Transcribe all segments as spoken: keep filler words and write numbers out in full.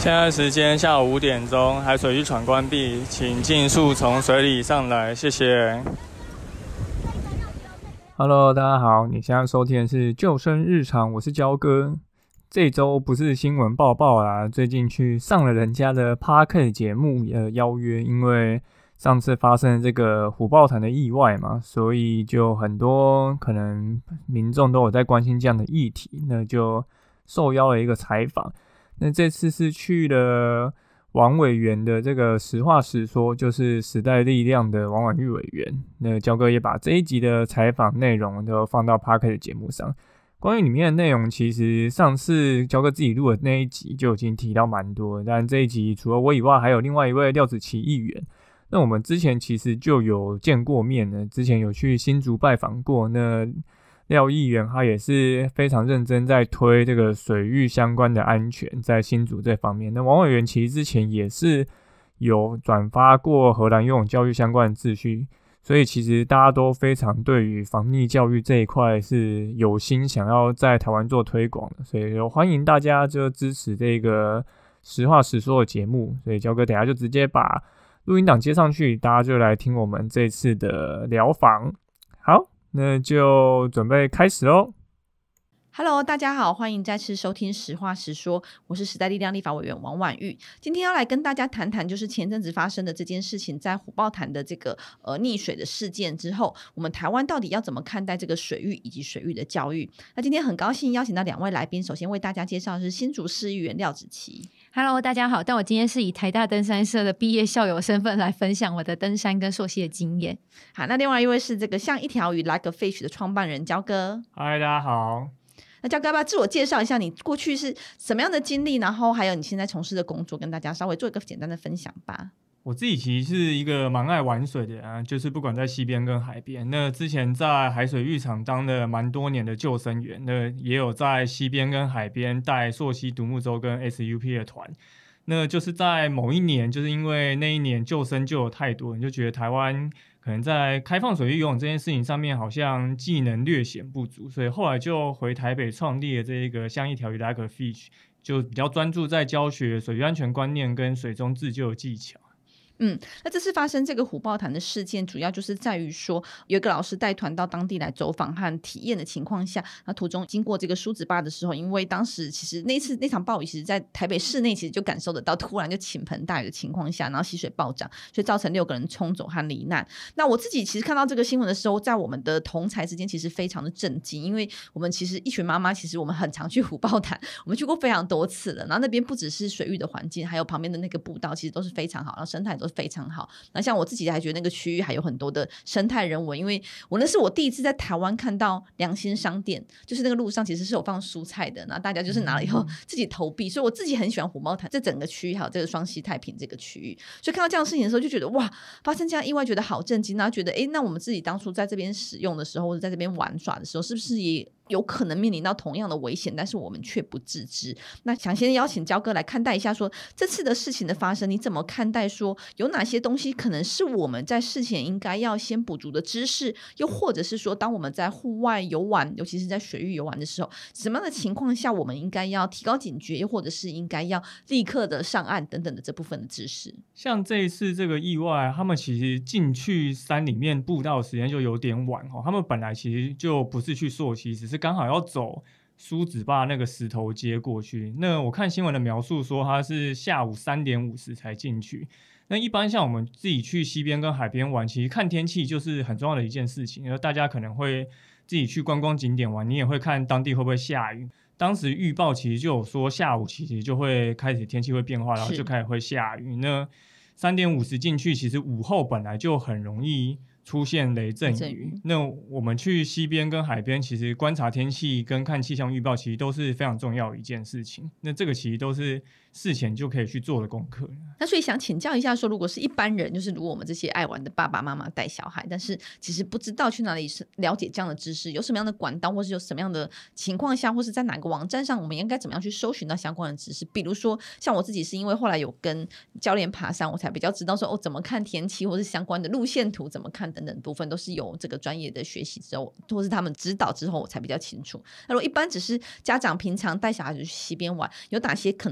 现在时间下午五点钟，海水浴场关闭，请尽速从水里上来，谢谢。Hello， 大家好，你现在收听的是救生日常，我是焦哥。这周不是新闻报报啦，最近去上了人家的 Podcast 节目的邀约，因为上次发生这个虎豹潭的意外嘛，所以就很多可能民众都有在关心这样的议题，那就受邀了一个采访。那这次是去了王委员的这个实话实说，就是时代力量的王婉玉委员。那焦哥也把这一集的采访内容都放到 Podcast 的节目上。关于里面的内容，其实上次焦哥自己录的那一集就已经提到蛮多的，但这一集除了我以外，还有另外一位廖子琪议员。那我们之前其实就有见过面呢，之前有去新竹拜访过。那廖议员他也是非常认真在推这个水域相关的安全，在新竹这方面。那王委员其实之前也是有转发过荷兰游泳教育相关的秩序，所以其实大家都非常对于防溺教育这一块是有心想要在台湾做推广的，所以就欢迎大家就支持这个实话实说的节目。所以焦哥等一下就直接把录音档接上去，大家就来听我们这次的聊访。好，那就准备开始咯。 Hello， 大家好，欢迎再次收听实话实说，我是时代力量立法委员王婉玉。今天要来跟大家谈谈，就是前阵子发生的这件事情，在虎豹潭的这个呃溺水的事件之后，我们台湾到底要怎么看待这个水域以及水域的教育？那今天很高兴邀请到两位来宾，首先为大家介绍的是新竹市议员廖子琪。 Hello， 大家好，但我今天是以台大登山社的毕业校友身份来分享我的登山跟溯溪的经验。 好，那另外一位是这个像一条鱼 Like a Fish 的创办人焦哥。 嗨，大家好。 那焦哥要不要自我介绍一下，你过去是什么样的经历，然后还有你现在从事的工作，跟大家稍微做一个简单的分享吧。 我自己其实是一个蛮爱玩水的人啊，就是不管在溪边跟海边。那之前在海水浴场当了蛮多年的救生员，那也有在溪边跟海边带溯溪独木舟跟 S U P 的团。那就是在某一年，就是因为那一年救生就有太多人，就觉得台湾可能在开放水域游泳这件事情上面好像技能略显不足，所以后来就回台北创立了这个像一条鱼 Like a Fish， 就比较专注在教学水域安全观念跟水中自救的技巧。 嗯，那这次发生这个虎豹潭的事件，主要就是在于说，有一个老师带团到当地来走访和体验的情况下，那途中经过这个梳子坝的时候，因为当时其实那次那场暴雨，其实在台北市内其实就感受得到，突然就倾盆大雨的情况下，然后溪水暴涨，所以造成六个人冲走和罹难。那我自己其实看到这个新闻的时候，在我们的同侪之间其实非常的震惊，因为我们其实一群妈妈，其实我们很常去虎豹潭，我们去过非常多次了，然后那边不只是水域的环境，还有旁边的那个步道，其实都是非常好，然后生态都是非常好。那像我自己还觉得那个区域还有很多的生态人文，因为我那是我第一次在台湾看到良心商店，就是那个路上其实是有放蔬菜的，然后大家就是拿了以后自己投币，所以我自己很喜欢虎豹潭这整个区域，还有这个双溪太平这个区域，所以看到这样的事情的时候就觉得哇，发生这样意外觉得好震惊，然后觉得诶，那我们自己当初在这边使用的时候，或者在这边玩耍的时候，是不是也有可能面临到同样的危险，但是我们却不自知。那想先邀请焦哥来看待一下说，这次的事情的发生，你怎么看待说有哪些东西可能是我们在事前应该要先补足的知识，又或者是说当我们在户外游玩，尤其是在水域游玩的时候，什么样的情况下我们应该要提高警觉，又或者是应该要立刻的上岸等等的这部分的知识。像这一次这个意外，他们其实进去山里面步道的时间就有点晚，他们本来其实就不是去溯溪，只是刚好要走梳子坝那个石头街过去。那我看新闻的描述说他是下午三点五十才进去。那一般像我们自己去溪边跟海边玩，其实看天气就是很重要的一件事情，因为大家可能会自己去观光景点玩，你也会看当地会不会下雨。当时预报其实就有说下午其实就会开始天气会变化，然后就开始会下雨。那三点五十进去，其实午后本来就很容易出现雷阵雨。那我们去溪边跟海边，其实观察天气跟看气象预报，其实都是非常重要的一件事情。那这个其实都是事前就可以去做的功课。那所以想请教一下说，如果是一般人，就是如果我们这些爱玩的爸爸妈妈带小孩，但是其实不知道去哪里了解这样的知识，有什么样的管道，或是有什么样的情况下，或是在哪个网站上，我们应该怎么样去搜寻到相关的知识？比如说像我自己是因为后来有跟教练爬山，我才比较知道说哦，怎么看天气，或是相关的路线图怎么看等等部分，都是有这个专业的学习之后，或是他们指导之后，我才比较清楚。那如果一般只是家长平常带小孩子去溪边玩，有哪些可能特别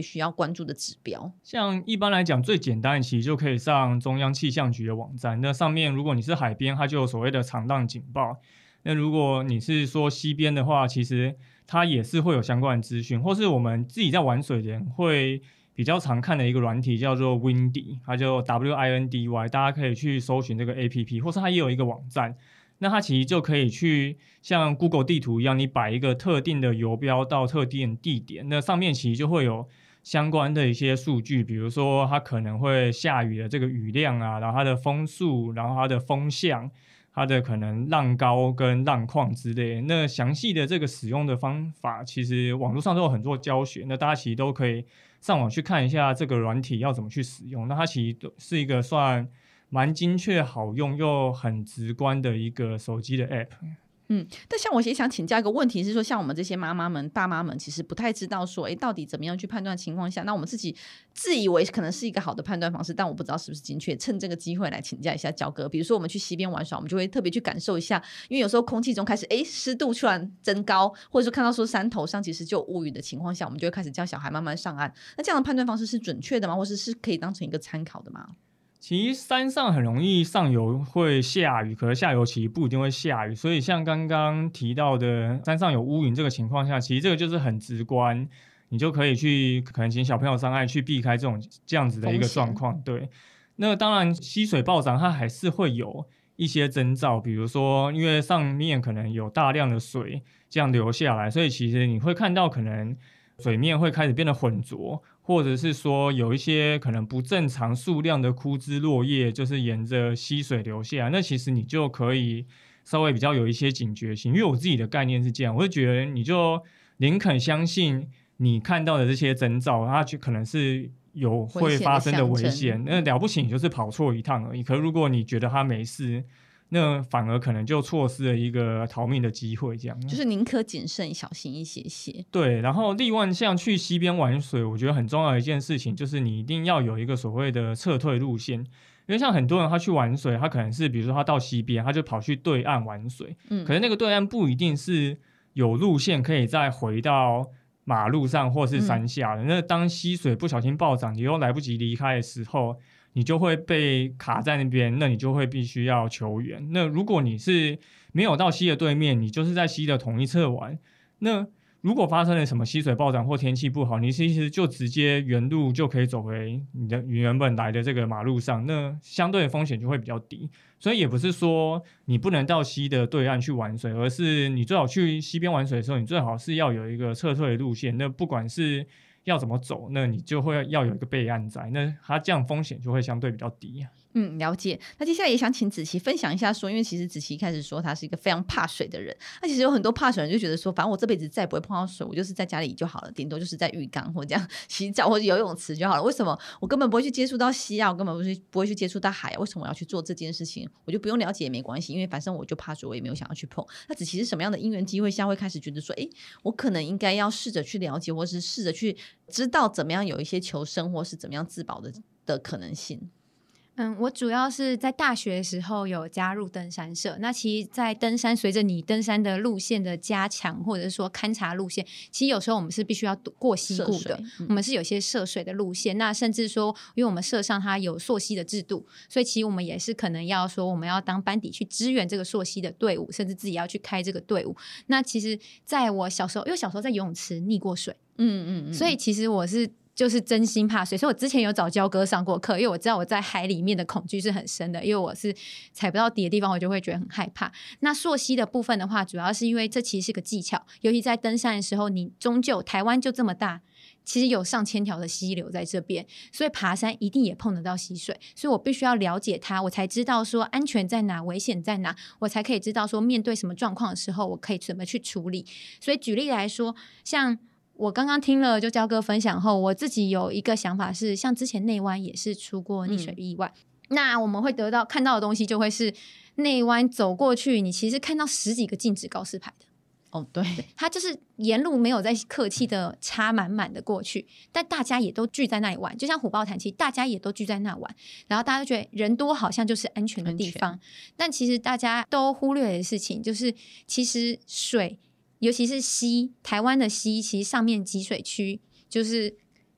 须要关注的指标？ 像一般来讲最简单的其实就可以上中央气象局的网站，那上面如果你是海边它就有所谓的长浪警报，那如果你是说西边的话，其实它也是会有相关的资讯，或是我们自己在玩水的人会比较常看的一个软体叫做 Windy， 它就 W I N D Y， 大家可以去搜寻这个 A P P， 或是它也有一个网站，那它其实就可以去像 Google 地图一样，你摆一个特定的游标到特定的地点，那上面其实就会有相关的一些数据，比如说它可能会下雨的这个雨量啊，然后它的风速，然后它的风向，它的可能浪高跟浪况之类的，那详细的这个使用的方法其实网络上都有很多教学，那大家其实都可以上网去看一下这个软体要怎么去使用，那它其实是一个算蛮精确好用又很直观的一个手机的 app。 嗯，但像我也想请教一个问题是说，像我们这些妈妈们、爸妈们，其实不太知道说，哎，到底怎么样去判断情况下，那我们自己自以为可能是一个好的判断方式，但我不知道是不是精确。趁这个机会来请教一下焦哥，比如说我们去溪边玩耍，我们就会特别去感受一下，因为有时候空气中开始哎湿度突然增高，或者说看到说山头上其实就有乌云的情况下，我们就会开始叫小孩慢慢上岸。那这样的判断方式是准确的吗？或是是可以当成一个参考的吗？ 其实山上很容易上游会下雨，可是下游其实不一定会下雨，所以像刚刚提到的山上有乌云这个情况下，其实这个就是很直观，你就可以去可能请小朋友上岸去避开这种这样子的一个状况。对，那当然溪水暴涨它还是会有一些征兆，比如说因为上面可能有大量的水这样流下来，所以其实你会看到可能水面会开始变得浑浊，或者是说有一些可能不正常数量的枯枝落叶就是沿着溪水流下来，那其实你就可以稍微比较有一些警觉性。因为我自己的概念是这样，我会觉得你就宁肯相信你看到的这些征兆它就可能是有会发生的危险，那了不起你就是跑错一趟而已，可是如果你觉得它没事，那反而可能就错失了一个逃命的机会，这样就是宁可谨慎小心一些些。 对，然后另外像去溪边玩水，我觉得很重要的一件事情就是你一定要有一个所谓的撤退路线，因为像很多人他去玩水，他可能是比如说他到溪边他就跑去对岸玩水，嗯，可是那个对岸不一定是有路线可以再回到马路上或是山下的，嗯，那当溪水不小心暴涨你又来不及离开的时候，你就会被卡在那边，那你就会必须要求援。那如果你是没有到溪的对面，你就是在溪的同一侧玩，那如果发生了什么溪水暴涨或天气不好，你其实就直接原路就可以走回你的你原本来的这个马路上，那相对的风险就会比较低。所以也不是说你不能到溪的对岸去玩水，而是你最好去溪边玩水的时候，你最好是要有一个撤退的路线，那不管是要怎么走，那你就会要有一个备案在，那它这样风险就会相对比较低。 嗯，了解。那接下来也想请子琪分享一下说，因为其实子琪一开始说他是一个非常怕水的人，那其实有很多怕水人就觉得说，反正我这辈子再也不会碰到水，我就是在家里就好了，顶多就是在浴缸或这样洗澡或者游泳池就好了，为什么我根本不会去接触到溪啊，我根本不会不会去接触到海啊，为什么我要去做这件事情？我就不用了解也没关系，因为反正我就怕水，我也没有想要去碰。那子琪是什么样的因缘机会下会开始觉得说，诶，我可能应该要试着去了解，或是试着去知道怎么样有一些求生或是怎么样自保的的可能性？ 嗯，我主要是在大学的时候有加入登山社。那其实在登山，随着你登山的路线的加强，或者是说勘察路线，其实有时候我们是必须要过溪谷的，嗯，我们是有些涉水的路线。那甚至说因为我们社上它有溯溪的制度，所以其实我们也是可能要说我们要当班底去支援这个溯溪的队伍，甚至自己要去开这个队伍。那其实在我小时候，因为小时候在游泳池溺过水，嗯嗯嗯，所以其实我是就是真心怕水，所以我之前有找焦哥上过课，因为我知道我在海里面的恐惧是很深的，因为我是踩不到底的地方我就会觉得很害怕。那溯溪的部分的话，主要是因为这其实是个技巧，尤其在登山的时候，你终究台湾就这么大，其实有上千条的溪流在这边，所以爬山一定也碰得到溪水，所以我必须要了解它，我才知道说安全在哪，危险在哪，我才可以知道说面对什么状况的时候我可以怎么去处理。所以举例来说，像我刚刚听了就焦哥分享后，我自己有一个想法是，像之前内湾也是出过溺水意外，嗯，那我们会得到看到的东西就会是内湾走过去，你其实看到十几个禁止告示牌的。 哦，对， 他就是沿路没有在客气的插满满的过去，但大家也都聚在那里玩，就像虎豹潭，其实大家也都聚在那玩，然后大家都觉得人多好像就是安全的地方，但其实大家都忽略的事情就是，其实水，尤其是溪，台湾的溪，其实上面集水区就是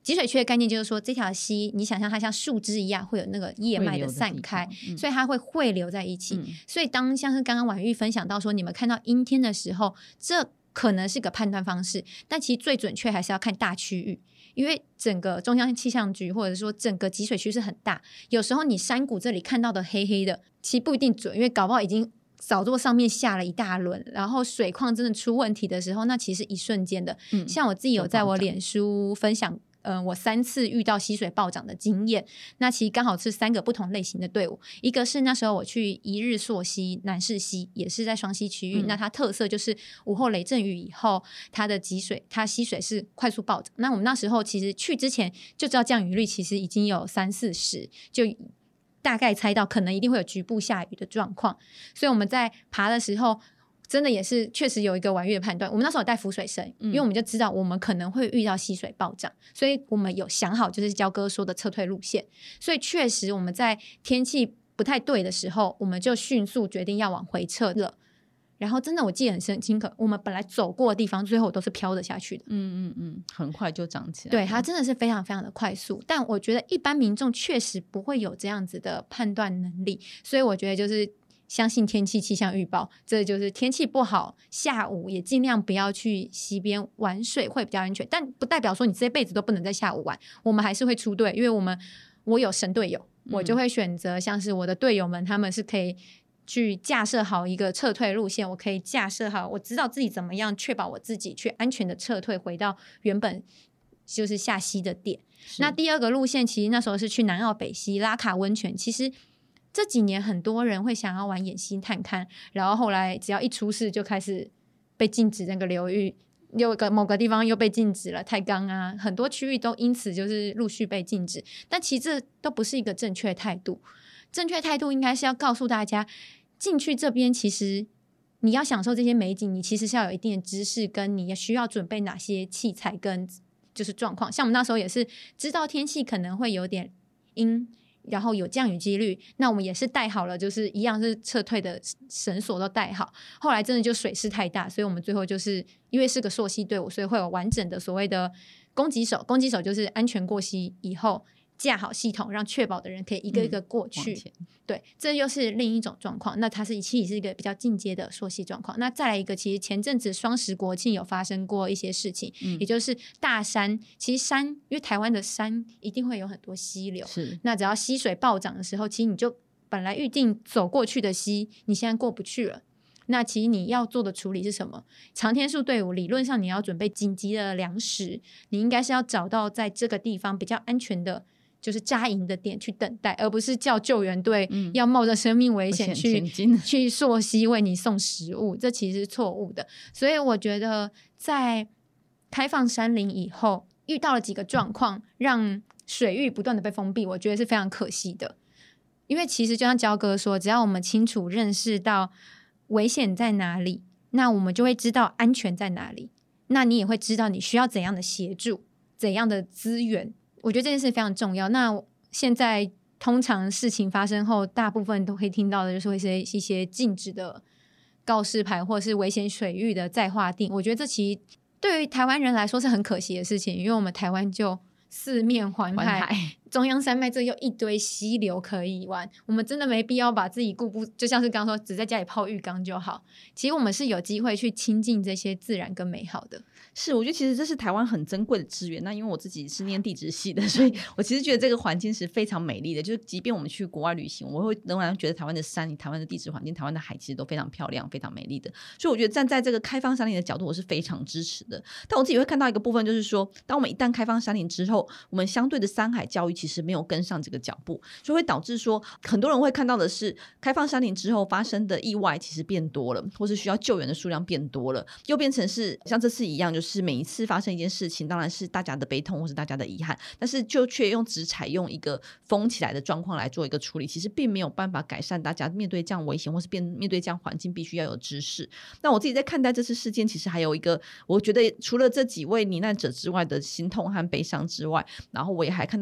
集水区的概念就是说，这条溪你想象它像树枝一样会有那个叶脉的散开，嗯、所以它会汇流在一起、嗯、所以当像是刚刚婉玉分享到说，你们看到阴天的时候，这可能是个判断方式，但其实最准确还是要看大区域，因为整个中央气象局或者说整个集水区是很大，有时候你山谷这里看到的黑黑的其实不一定准，因为搞不好已经早作上面下了一大轮，然后水况真的出问题的时候，那其实一瞬间的、嗯、像我自己有在我脸书分享嗯、呃，我三次遇到溪水暴涨的经验，那其实刚好是三个不同类型的队伍，一个是那时候我去一日溯溪南势溪，也是在双溪区域、嗯、那它特色就是午后雷阵雨以后它的集水它溪水是快速暴涨，那我们那时候其实去之前就知道降雨率其实已经有三四十，就大概猜到可能一定会有局部下雨的状况，所以我们在爬的时候真的也是确实有一个婉玉的判断，我们那时候有带浮水绳、嗯、因为我们就知道我们可能会遇到溪水暴涨，所以我们有想好就是焦哥说的撤退路线，所以确实我们在天气不太对的时候我们就迅速决定要往回撤了，然后真的我记得很深刻，我们本来走过的地方最后都是飘得下去的， 嗯嗯嗯，很快就涨起来， 对，它真的是非常非常的快速，但我觉得一般民众确实不会有这样子的判断能力，所以我觉得就是相信天气气象预报，这就是天气不好下午也尽量不要去溪边玩水会比较安全，但不代表说你这辈子都不能在下午玩，我们还是会出队，因为我们我有神队友、嗯、我就会选择像是我的队友们他们是可以去架设好一个撤退路线，我可以架设好我知道自己怎么样确保我自己去安全的撤退回到原本就是下溪的点。那第二个路线其实那时候是去南澳北溪拉卡温泉，其实这几年很多人会想要玩野溪探勘，然后后来只要一出事就开始被禁止那个流域，有个某个地方又被禁止了，太钢啊，很多区域都因此就是陆续被禁止，但其实这都不是一个正确态度，正确态度应该是要告诉大家进去这边其实你要享受这些美景，你其实是要有一定的知识跟你需要准备哪些器材跟就是状况，像我们那时候也是知道天气可能会有点阴然后有降雨几率，那我们也是带好了就是一样是撤退的绳索都带好，后来真的就水势太大，所以我们最后就是因为是个溯溪队伍，所以会有完整的所谓的攻击手，攻击手就是安全过溪以后架好系统，让确保的人可以一个一个过去、嗯、对，这又是另一种状况，那它是其实是一个比较进阶的溯溪状况。那再来一个，其实前阵子双十国庆有发生过一些事情、嗯、也就是大山，其实山因为台湾的山一定会有很多溪流，是那只要溪水暴涨的时候，其实你就本来预定走过去的溪你现在过不去了，那其实你要做的处理是什么？长天数队伍理论上你要准备紧急的粮食，你应该是要找到在这个地方比较安全的就是扎营的点去等待，而不是叫救援队要冒着生命危险去、嗯、去溯溪为你送食物，这其实是错误的。所以我觉得在开放山林以后遇到了几个状况，让水域不断的被封闭，我觉得是非常可惜的。因为其实就像焦哥说，只要我们清楚认识到危险在哪里，那我们就会知道安全在哪里，那你也会知道你需要怎样的协助，怎样的资源，我觉得这件事非常重要。那现在通常事情发生后，大部分都会听到的就是会是一些禁止的告示牌或是危险水域的再划定，我觉得这其实对于台湾人来说是很可惜的事情，因为我们台湾就四面环海，环海中央山脉这又一堆溪流可以玩，我们真的没必要把自己顾不，就像是刚刚说只在家里泡浴缸就好，其实我们是有机会去亲近这些自然跟美好的。 是，我觉得其实这是台湾很珍贵的资源，那因为我自己是念地质系的，所以我其实觉得这个环境是非常美丽的，就是即便我们去国外旅行，我会仍然觉得台湾的山、台湾的地质环境、台湾的海其实都非常漂亮非常美丽的，所以我觉得站在这个开放山林的角度我是非常支持的。但我自己会看到一个部分，就是说当我们一旦开放山林之后，我们相对的山海教育其实没有跟上这个脚步，所以会导致说很多人会看到的是开放山林之后发生的意外其实变多了，或是需要救援的数量变多了，又变成是像这次一样，就是每一次发生一件事情当然是大家的悲痛或是大家的遗憾，但是就却用只采用一个封起来的状况来做一个处理，其实并没有办法改善大家面对这样危险或是面对这样环境必须要有知识。那我自己在看待这次事件，其实还有一个我觉得除了这几位罹难者之外的心痛和悲伤之外，然后我也还看到一个部分，就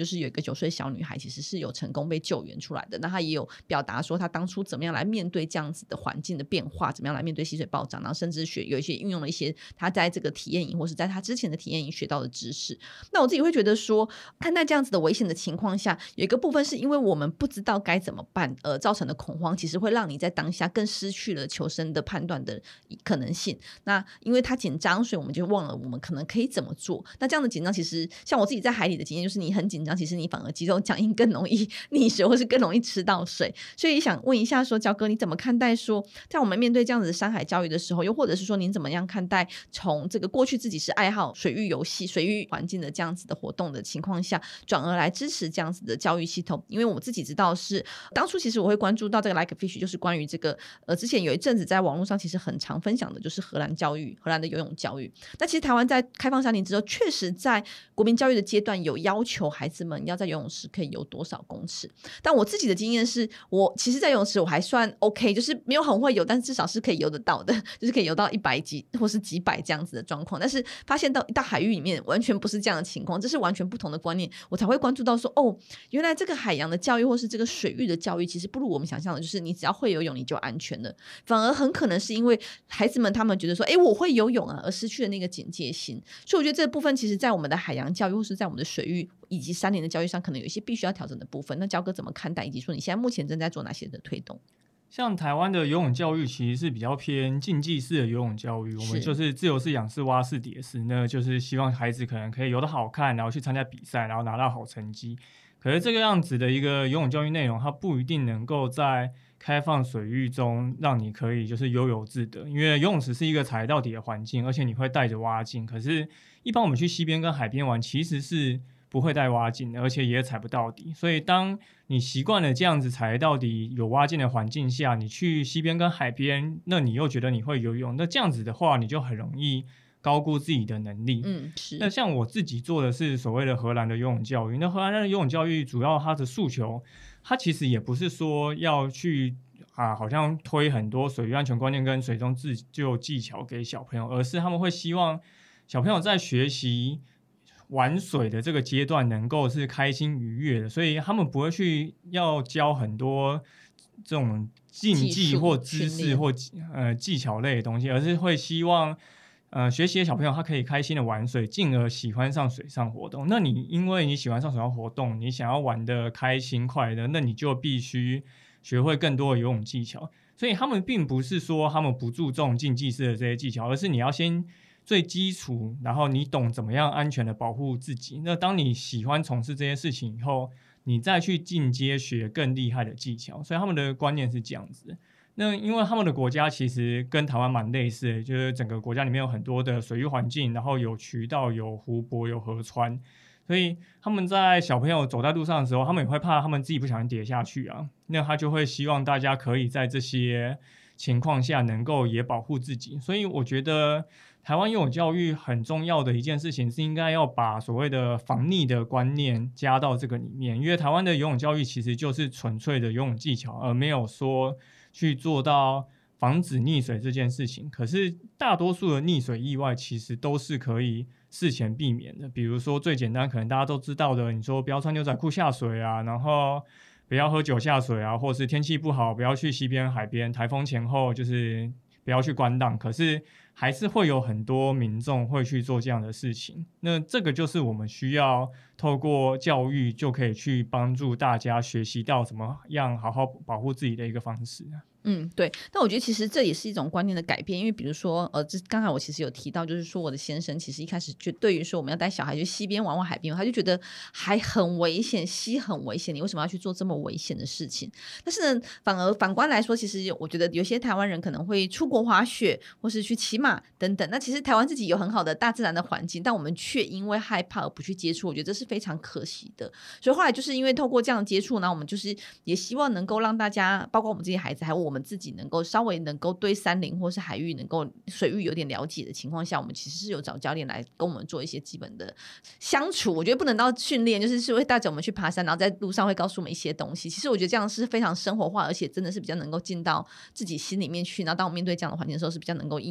就是有一个九岁小女孩其实是有成功被救援出来的，那她也有表达说她当初怎么样来面对这样子的环境的变化，怎么样来面对溪水暴涨，然后甚至学有一些运用了一些她在这个体验营或是在她之前的体验营学到的知识。那我自己会觉得说看待这样子的危险的情况下，有一个部分是因为我们不知道该怎么办而造成的恐慌，其实会让你在当下更失去了求生的判断的可能性。那因为他紧张，所以我们就忘了我们可能可以怎么做。那这样的紧张其实像我自己在海里的经验就是你很紧张，其实你反而肌肉僵硬更容易溺水或是更容易吃到水。所以想问一下说焦哥你怎么看待说在我们面对这样子的山海教育的时候，又或者是说您怎么样看待从这个过去自己是爱好水域游戏水域环境的这样子的活动的情况下转而来支持这样子的教育系统。因为我自己知道是当初其实我会关注到这个 Like a Fish 就是关于这个呃之前有一阵子在网络上其实很常分享的就是荷兰教育荷兰的游泳教育。那其实台湾在开放山林之后确实在国民教育的阶段有要求孩子们要在游泳池可以游多少公尺，但我自己的经验是我其实在游泳池我还算 OK 就是没有很会游，但是至少是可以游得到的，就是可以游到一百几或是几百这样子的状况。但是发现到到海域里面完全不是这样的情况，这是完全不同的观念，我才会关注到说哦，原来这个海洋的教育或是这个水域的教育其实不如我们想象的就是你只要会游泳你就安全了，反而很可能是因为孩子们他们觉得说诶我会游泳啊而失去了那个警戒心。所以我觉得这个部分其实在我们的海洋教育或是在我们的水域以及山林的教育上可能有一些必须要调整的部分。那焦哥怎么看待以及说你现在目前正在做哪些的推动？ 像台湾的游泳教育其实是比较偏竞技式的游泳教育，我们就是自由式、仰式、蛙式、蝶式，那就是希望孩子可能可以游得好看，然后去参加比赛，然后拿到好成绩。可是这个样子的一个游泳教育内容它不一定能够在开放水域中让你可以就是悠游自得，因为游泳池是一个踩到底的环境，而且你会带着蛙镜，可是一般我们去溪边跟海边玩其实是不会带蛙镜的，而且也踩不到底。所以当你习惯了这样子踩到底有蛙镜的环境下，你去溪边跟海边，那你又觉得你会游泳，那这样子的话你就很容易高估自己的能力。 嗯，是。 那像我自己做的是所谓的荷兰的游泳教育，那荷兰的游泳教育主要它的诉求，它其实也不是说要去啊，好像推很多水域安全观念跟水中自救技巧给小朋友，而是他们会希望小朋友在学习玩水的这个阶段能够是开心愉悦的，所以他们不会去要教很多这种竞技或知识或呃技巧类的东西，而是会希望呃学习的小朋友他可以开心的玩水，进而喜欢上水上活动。那你因为你喜欢上水上活动，你想要玩的开心快乐，那你就必须学会更多的游泳技巧。所以他们并不是说他们不注重竞技式的这些技巧，而是你要先最基础，然后你懂怎么样安全的保护自己。那当你喜欢从事这些事情以后，你再去进阶学更厉害的技巧。所以他们的观念是这样子。那因为他们的国家其实跟台湾蛮类似的，就是整个国家里面有很多的水域环境，然后有渠道、有湖泊、有河川，所以他们在小朋友走在路上的时候，他们也会怕他们自己不小心跌下去啊。那他就会希望大家可以在这些情况下能够也保护自己。所以我觉得台湾游泳教育很重要的一件事情是应该要把所谓的防溺的观念加到这个里面，因为台湾的游泳教育其实就是纯粹的游泳技巧，而没有说去做到防止溺水这件事情。可是大多数的溺水意外其实都是可以事前避免的，比如说最简单可能大家都知道的，你说不要穿牛仔裤下水啊，然后不要喝酒下水啊，或是天气不好不要去溪边海边，台风前后就是不要去关档。可是还是会有很多民众会去做这样的事情，那这个就是我们需要透过教育就可以去帮助大家学习到怎么样好好保护自己的一个方式。 嗯，对。但我觉得其实这也是一种观念的改变，因为比如说呃，这刚才我其实有提到，就是说我的先生其实一开始就对于说我们要带小孩去溪边玩玩海边，他就觉得还很危险，溪很危险，你为什么要去做这么危险的事情？但是呢，反而反观来说，其实我觉得有些台湾人可能会出国滑雪或是去骑马等等，那其实台湾自己有很好的大自然的环境，但我们却因为害怕而不去接触，我觉得这是非常可惜的。所以后来就是因为透过这样的接触呢，我们就是也希望能够让大家包括我们这些孩子还有我们自己能够稍微能够对山林或是海域能够水域有点了解的情况下，我们其实是有找教练来跟我们做一些基本的相处。我觉得不能到训练，就是是会带着我们去爬山，然后在路上会告诉我们一些东西。其实我觉得这样是非常生活化，而且真的是比较能够进到自己心里面去，然后当我面对这样的环境的时候是比较能够应用的。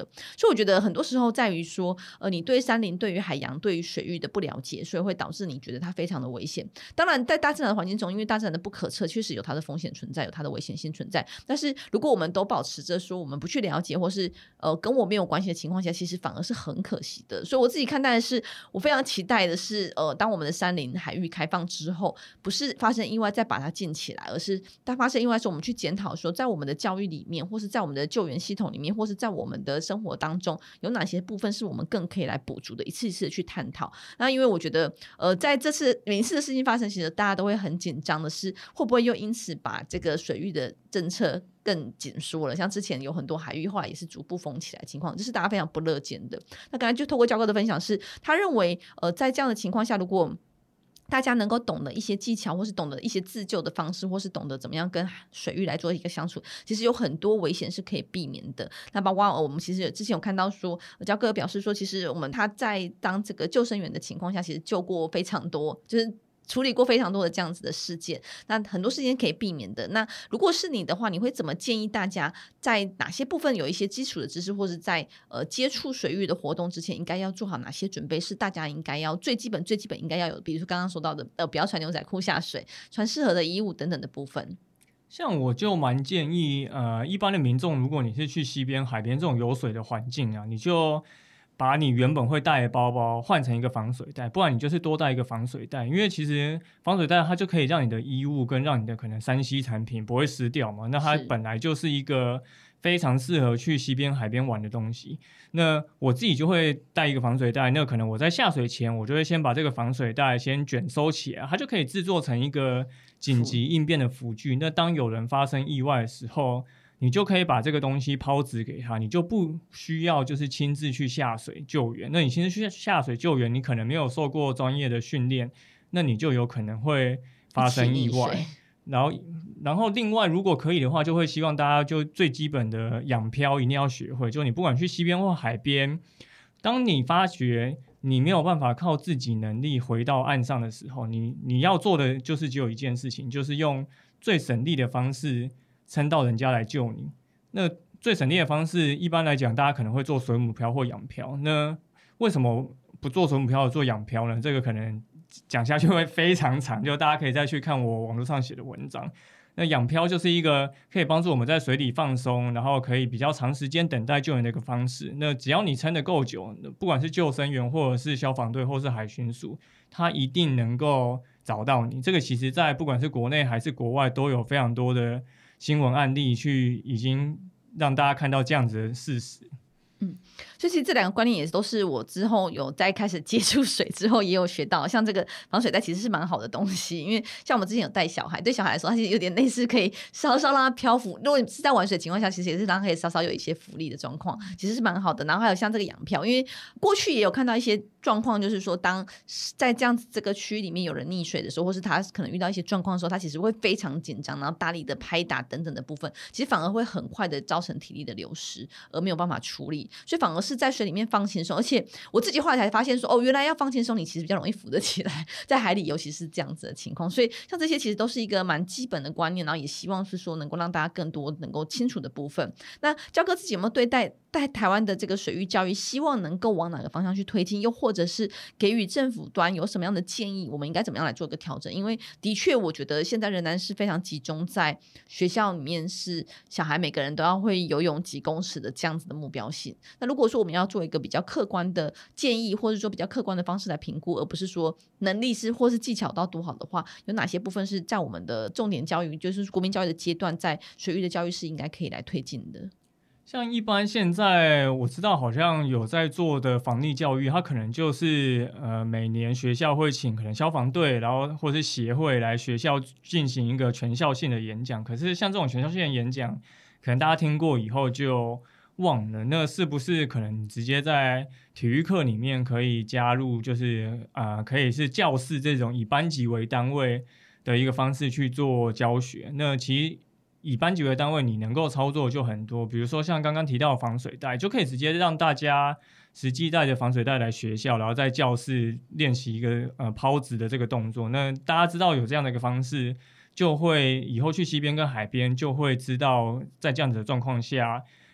所以我觉得很多时候在于说呃，你对山林对于海洋对于水域的不了解，所以会导致你觉得它非常的危险。当然在大自然的环境中，因为大自然的不可测确实有它的风险存在，有它的危险性存在，但是如果我们都保持着说我们不去了解或是呃跟我没有关系的情况下，其实反而是很可惜的。所以我自己看待的是，我非常期待的是呃，当我们的山林海域开放之后，不是发生意外再把它建起来，而是当发生意外的时候我们去检讨说，在我们的教育里面或是在我们的救援系统里面或是在我们的生活当中有哪些部分是我们更可以来补足的，一次一次的去探讨。那因为我觉得呃，在这次每一次的事情发生，其实大家都会很紧张的是会不会又因此把这个水域的政策更紧缩了，像之前有很多海域后来也是逐步封起来的情况，这是大家非常不乐见的。那刚才就透过教哥的分享是他认为呃，在这样的情况下，如果大家能够懂得一些技巧或是懂得一些自救的方式，或是懂得怎么样跟水域来做一个相处，其实有很多危险是可以避免的。那包括我们其实之前有看到说教哥表示说，其实我们他在当这个救生员的情况下其实救过非常多，就是处理过非常多的这样子的事件，那很多事情可以避免的。那如果是你的话，你会怎么建议大家在哪些部分有一些基础的知识，或是在呃接触水域的活动之前应该要做好哪些准备，是大家应该要最基本最基本应该要有的，比如说刚刚说到的呃不要穿牛仔裤下水，穿适合的衣物等等的部分。 像我就蛮建议呃一般的民众，如果你是去溪边海边这种有水的环境啊，你就把你原本会带的包包换成一个防水袋，不然你就是多带一个防水袋，因为其实防水袋它就可以让你的衣物跟让你的可能三 C 产品不会湿掉嘛，那它本来就是一个非常适合去溪边海边玩的东西。那我自己就会带一个防水袋，那可能我在下水前我就会先把这个防水袋先卷收起来，它就可以制作成一个紧急应变的辅具，那当有人发生意外的时候，你就可以把这个东西抛掷给他，你就不需要就是亲自去下水救援。那你亲自去下水救援，你可能没有受过专业的训练，那你就有可能会发生意外。然后，然后另外如果可以的话，就会希望大家就最基本的仰漂一定要学会。就你不管去溪边或海边，当你发觉你没有办法靠自己能力回到岸上的时候，你你要做的就是只有一件事情，就是用最省力的方式撑到人家来救你。那最省力的方式一般来讲大家可能会做水母漂或仰漂，那为什么不做水母漂而做仰漂呢？这个可能讲下去会非常长，就大家可以再去看我网络上写的文章。那仰漂就是一个可以帮助我们在水里放松，然后可以比较长时间等待救援的一个方式。那只要你撑得够久，不管是救生员或者是消防队或是海巡署，它一定能够找到你。这个其实在不管是国内还是国外都有非常多的新闻案例去已经让大家看到这样子的事实。 嗯，所以其实这两个观念也都是我之后有在开始接触水之后也有学到，像这个防水袋其实是蛮好的东西，因为像我们之前有带小孩，对小孩来说它其实有点类似可以稍稍让他漂浮，如果你是在玩水的情况下，其实也是让他可以稍稍有一些浮力的状况，其实是蛮好的。然后还有像这个仰漂，因为过去也有看到一些状况，就是说当在这样子这个区域里面有人溺水的时候，或是他可能遇到一些状况的时候，他其实会非常紧张，然后大力的拍打等等的部分，其实反而会很快的造成体力的流失，而没有办法处理，所以反而是在水里面放轻松。而且我自己后来才发现说，哦，原来要放轻松你其实比较容易浮得起来，在海里尤其是这样子的情况。所以像这些其实都是一个蛮基本的观念，然后也希望是说能够让大家更多能够清楚的部分。那焦哥自己有没有对待在台湾的这个水域教育希望能够往哪个方向去推进，又或者是给予政府端有什么样的建议，我们应该怎么样来做一个调整？因为的确我觉得现在仍然是非常集中在学校里面，是小孩每个人都要会游泳几公尺的这样子的目标性。那如果说我们要做一个比较客观的建议，或者说比较客观的方式来评估，而不是说能力是或是技巧到多好的话，有哪些部分是在我们的重点教育，就是国民教育的阶段，在水域的教育是应该可以来推进的？ 像一般现在我知道好像有在做的防溺教育，它可能就是呃每年学校会请可能消防队，然后或是协会来学校进行一个全校性的演讲。可是像这种全校性的演讲，可能大家听过以后就忘了，那是不是可能你直接在体育课里面可以加入，就是呃可以是教室这种以班级为单位的一个方式去做教学？那其实以班级为单位你能够操作就很多，比如说像刚刚提到的防水袋，就可以直接让大家实际带着防水袋来学校，然后在教室练习一个呃抛掷的这个动作。那大家知道有这样的一个方式，就会以后去溪边跟海边就会知道在这样子的状况下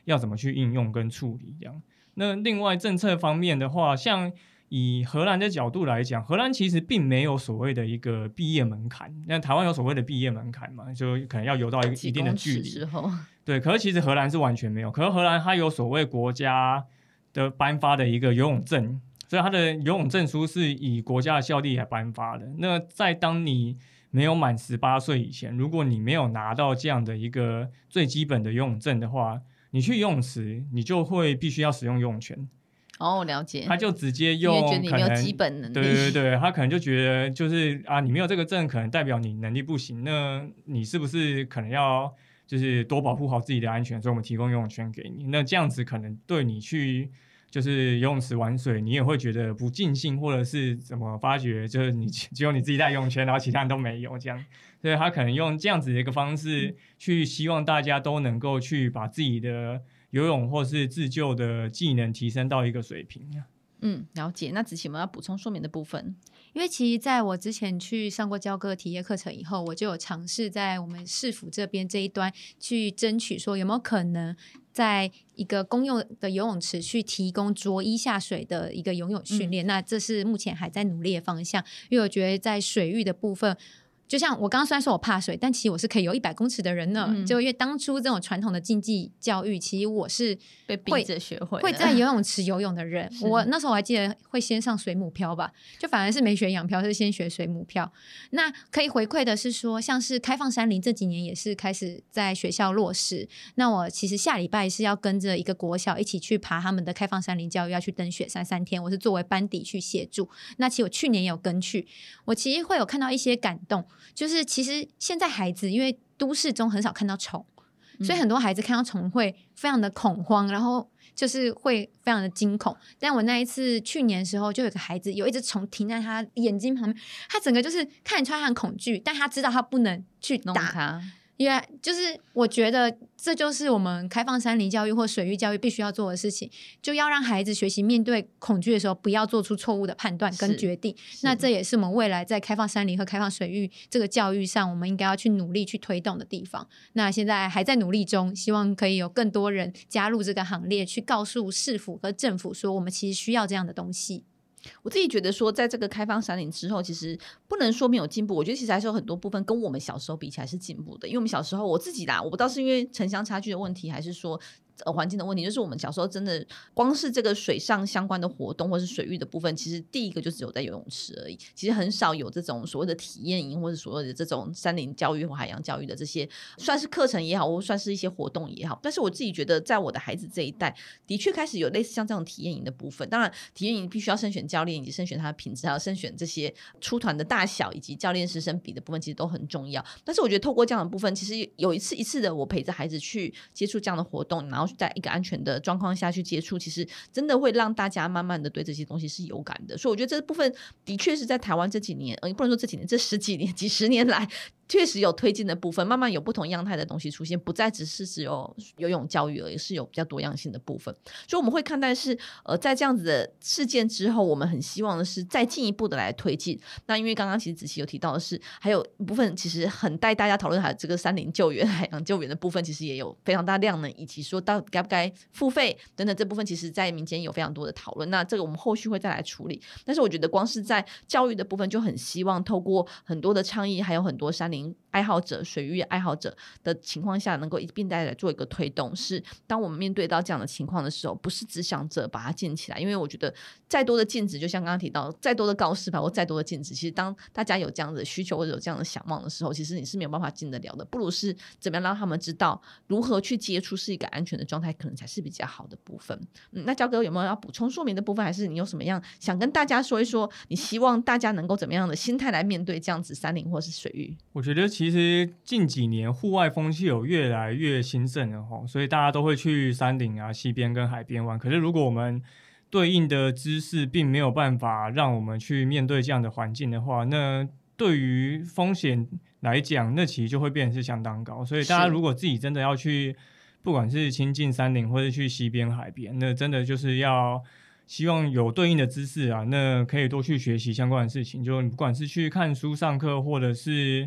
要怎么去应用跟处理这样。那另外政策方面的话，像以荷兰的角度来讲，荷兰其实并没有所谓的一个毕业门槛，那台湾有所谓的毕业门槛嘛，就可能要游到一个一定的距离之后， 对，可是其实荷兰是完全没有，可是荷兰它有所谓国家的颁发的一个游泳证，所以它的游泳证书是以国家的效力来颁发的。那在当你没有满十八岁以前，如果你没有拿到这样的一个最基本的游泳证的话，你去游泳池你就会必须要使用游泳圈。 哦，了解。 他就直接用， 因为觉得你没有基本能力， 对对对，他可能就觉得就是啊，你没有这个证，可能代表你能力不行，那你是不是可能要就是多保护好自己的安全？所以我们提供游泳圈给你，那这样子可能对你去就是游泳池玩水，你也会觉得不尽兴，或者是怎么发觉就是你只有你自己带游泳圈，然后其他人都没有这样，所以他可能用这样子的一个方式去希望大家都能够去把自己的游泳或是自救的技能提升到一个水平。 嗯，了解。那子琪有没有要补充说明的部分？ 因为其实在我之前去上过交割体验课程以后，我就有尝试在我们市府这边这一端去争取说有没有可能在一个公用的游泳池去提供着衣下水的一个游泳训练、嗯、那这是目前还在努力的方向。因为我觉得在水域的部分，就像我刚刚虽然说我怕水，但其实我是可以游一百公尺的人呢、嗯、就因为当初这种传统的竞技教育，其实我是被逼着学会会在游泳池游泳的人我那时候我还记得会先上水母漂吧，就反而是没学仰漂，是先学水母漂。那可以回馈的是说，像是开放山林这几年也是开始在学校落实，那我其实下礼拜是要跟着一个国小一起去爬他们的开放山林教育，要去登雪山三天，我是作为班底去协助。那其实我去年也有跟去，我其实会有看到一些感动，就是其实现在孩子因为都市中很少看到虫，所以很多孩子看到虫会非常的恐慌，然后就是会非常的惊恐。但我那一次去年的时候，就有个孩子有一只虫停在他眼睛旁边，他整个就是看得出来他很恐惧，但他知道他不能去打他， 因为就是我觉得这就是我们开放山林教育或水域教育必须要做的事情，就要让孩子学习面对恐惧的时候不要做出错误的判断跟决定。那这也是我们未来在开放山林和开放水域这个教育上我们应该要去努力去推动的地方。那现在还在努力中，希望可以有更多人加入这个行列，去告诉市府和政府说我们其实需要这样的东西。 我自己觉得说在这个开放山林之后，其实不能说没有进步，我觉得其实还是有很多部分跟我们小时候比起来是进步的。因为我们小时候，我自己啦，我不知道是因为城乡差距的问题，还是说呃环境的问题，就是我们小时候真的光是这个水上相关的活动或是水域的部分，其实第一个就只有在游泳池而已，其实很少有这种所谓的体验营或者所谓的这种山林教育或海洋教育的这些算是课程也好，或算是一些活动也好。但是我自己觉得在我的孩子这一代的确开始有类似像这种体验营的部分，当然体验营必须要慎选教练以及慎选他的品质，还有慎选这些出团的大小以及教练师生比的部分，其实都很重要。但是我觉得透过这样的部分，其实有一次一次的我陪着孩子去接触这样的活动，然后在一个安全的状况下去接触，其实真的会让大家慢慢的对这些东西是有感的。所以我觉得这部分的确是在台湾这几年呃，不能说这几年，这十几年几十年来确实有推进的部分，慢慢有不同样态的东西出现，不再只是只有游泳教育而已，是有比较多样性的部分。所以我们会看待是呃，在这样子的事件之后，我们很希望的是再进一步的来推进。那因为刚刚其实子琪有提到的是，还有一部分其实很带大家讨论还有这个山林救援海洋救援的部分，其实也有非常大量能，以及说到底该不该付费等等，这部分其实在民间有非常多的讨论。那这个我们后续会再来处理。但是我觉得光是在教育的部分，就很希望透过很多的倡议，还有很多山林爱好者水域爱好者的情况下，能够一并带来做一个推动，是当我们面对到这样的情况的时候，不是只想着把它禁起来。因为我觉得再多的禁止，就像刚刚提到再多的告示牌或再多的禁止，其实当大家有这样的需求或者有这样的想望的时候，其实你是没有办法禁得了的。不如是怎么样让他们知道如何去接触是一个安全的状态，可能才是比较好的部分。嗯，那焦哥有没有要补充说明的部分，还是你有什么样想跟大家说一说，你希望大家能够怎么样的心态来面对这样子山林或是水域？ 我觉得其实近几年户外风气有越来越兴盛了齁，所以大家都会去山林啊、溪边跟海边玩。可是如果我们对应的知识并没有办法让我们去面对这样的环境的话，那对于风险来讲，那其实就会变成是相当高。所以大家如果自己真的要去，不管是亲近山林或者去溪边海边，那真的就是要希望有对应的知识啊，那可以多去学习相关的事情，就不管是去看书上课，或者是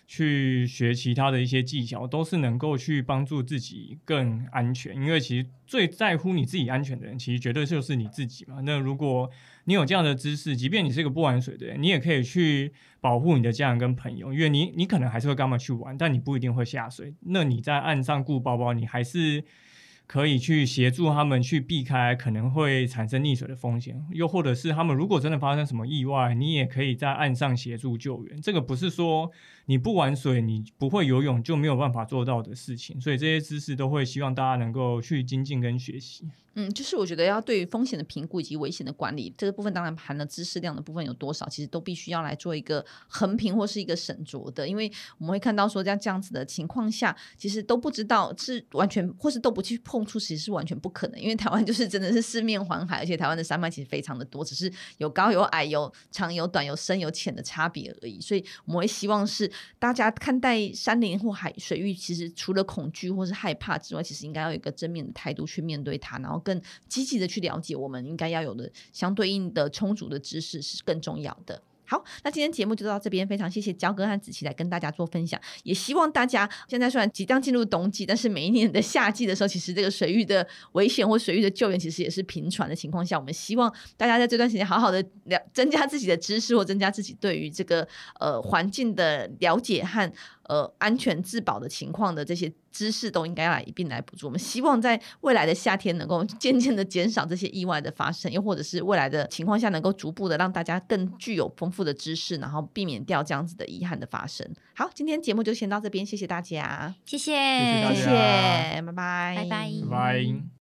去学其他的一些技巧，都是能够去帮助自己更安全。因为其实最在乎你自己安全的人，其实绝对就是你自己嘛。那如果你有这样的知识，即便你是一个不玩水的人，你也可以去保护你的家人跟朋友，因为你你可能还是会跟他们去玩，但你不一定会下水。那你在岸上顾包包，你还是可以去协助他们去避开可能会产生溺水的风险，又或者是他们如果真的发生什么意外，你也可以在岸上协助救援。这个不是说你不玩水你不会游泳就没有办法做到的事情，所以这些知识都会希望大家能够去精进跟学习。 嗯，就是我觉得要对于风险的评估以及危险的管理，这个部分当然含了知识量的部分有多少，其实都必须要来做一个衡平或是一个审酌的。因为我们会看到说在这样子的情况下，其实都不知道是完全或是都不去碰触，其实是完全不可能。因为台湾就是真的是四面环海，而且台湾的山脉其实非常的多，只是有高有矮有长有短有深有浅的差别而已。所以我们会希望是大家看待山林或海水域，其实除了恐惧或是害怕之外，其实应该要有一个正面的态度去面对它，然后更积极的去了解我们应该要有的相对应的充足的知识是更重要的。好，那今天节目就到这边，非常谢谢焦哥和子琪来跟大家做分享，也希望大家现在虽然即将进入冬季，但是每一年的夏季的时候，其实这个水域的危险或水域的救援其实也是频传的情况下，我们希望大家在这段时间好好的增加自己的知识，或增加自己对于这个呃环境的了解和呃安全自保的情况的这些知识都应该来一并来补助。我们希望在未来的夏天能够渐渐的减少这些意外的发生，又或者是未来的情况下能够逐步的让大家更具有丰富的知识，然后避免掉这样子的遗憾的发生。好，今天节目就先到这边，谢谢大家， 谢谢， 谢谢大家， 谢谢，拜拜， 拜拜， 拜拜。